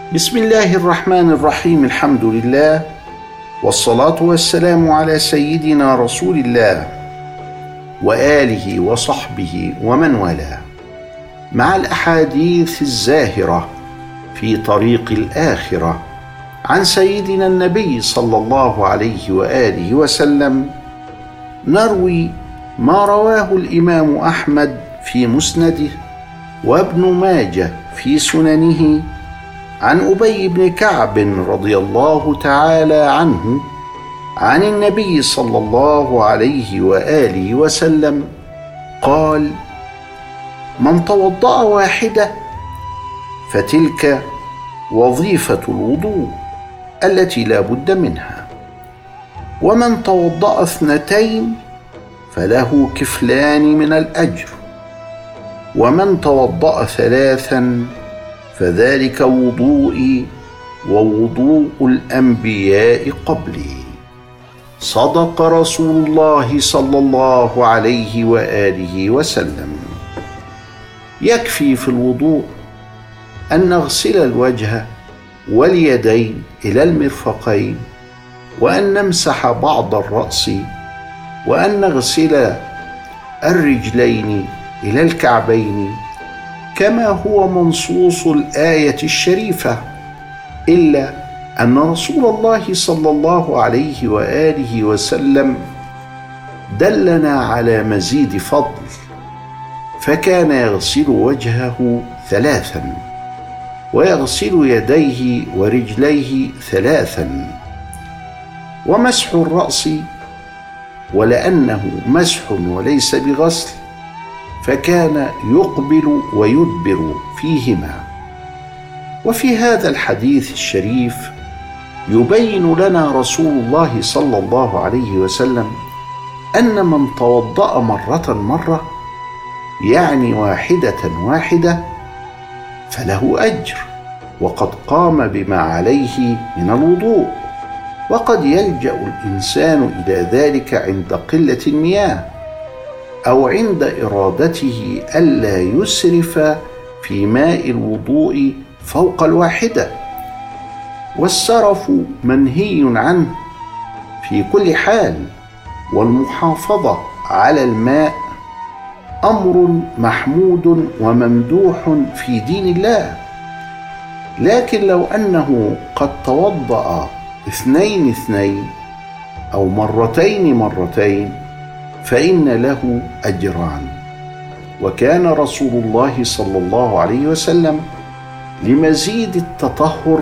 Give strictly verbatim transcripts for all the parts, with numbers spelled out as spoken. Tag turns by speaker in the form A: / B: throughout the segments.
A: بسم الله الرحمن الرحيم. الحمد لله والصلاة والسلام على سيدنا رسول الله وآله وصحبه ومن والاه، مع الأحاديث الزاهرة في طريق الآخرة عن سيدنا النبي صلى الله عليه وآله وسلم، نروي ما رواه الإمام أحمد في مسنده وابن ماجه في سننه عن أبي بن كعب رضي الله تعالى عنه عن النبي صلى الله عليه وآله وسلم قال: من توضأ واحدة فتلك وظيفة الوضوء التي لا بد منها، ومن توضأ اثنتين فله كفلان من الأجر، ومن توضأ ثلاثا فذلك وضوئي ووضوء الأنبياء قبلي. صدق رسول الله صلى الله عليه وآله وسلم. يكفي في الوضوء أن نغسل الوجه واليدين إلى المرفقين، وأن نمسح بعض الرأس، وأن نغسل الرجلين إلى الكعبين كما هو منصوص الآية الشريفة، إلا أن رسول الله صلى الله عليه وآله وسلم دلنا على مزيد فضل، فكان يغسل وجهه ثلاثا، ويغسل يديه ورجليه ثلاثا، ومسح الرأس ولأنه مسح وليس بغسل فكان يقبل ويدبر فيهما. وفي هذا الحديث الشريف يبين لنا رسول الله صلى الله عليه وسلم أن من توضأ مرة مرة، يعني واحدة واحدة، فله أجر، وقد قام بما عليه من الوضوء. وقد يلجأ الإنسان إلى ذلك عند قلة المياه، أو عند إرادته ألا يسرف في ماء الوضوء فوق الواحدة، والسرف منهي عنه في كل حال، والمحافظة على الماء أمر محمود وممدوح في دين الله. لكن لو أنه قد توضأ اثنين اثنين أو مرتين مرتين فإن له أجران. وكان رسول الله صلى الله عليه وسلم لمزيد التطهر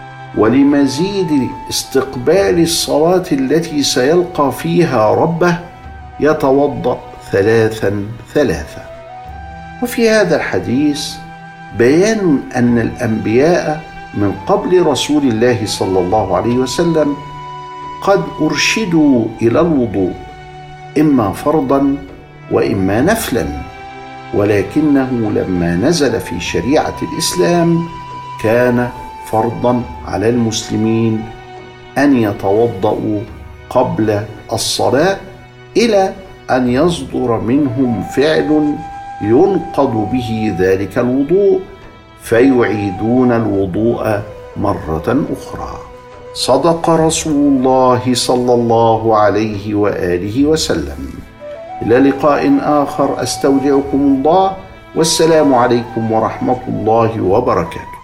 A: ولمزيد استقبال الصلاة التي سيلقى فيها ربه يتوضأ ثلاثا ثلاثا. وفي هذا الحديث بيان أن الأنبياء من قبل رسول الله صلى الله عليه وسلم قد أرشدوا إلى الوضوء، إما فرضا وإما نفلا، ولكنه لما نزل في شريعة الإسلام كان فرضا على المسلمين أن يتوضأوا قبل الصلاة، إلى أن يصدر منهم فعل ينقض به ذلك الوضوء فيعيدون الوضوء مرة أخرى. صدق رسول الله صلى الله عليه وآله وسلم. إلى لقاء آخر، أستودعكم الله، والسلام عليكم ورحمة الله وبركاته.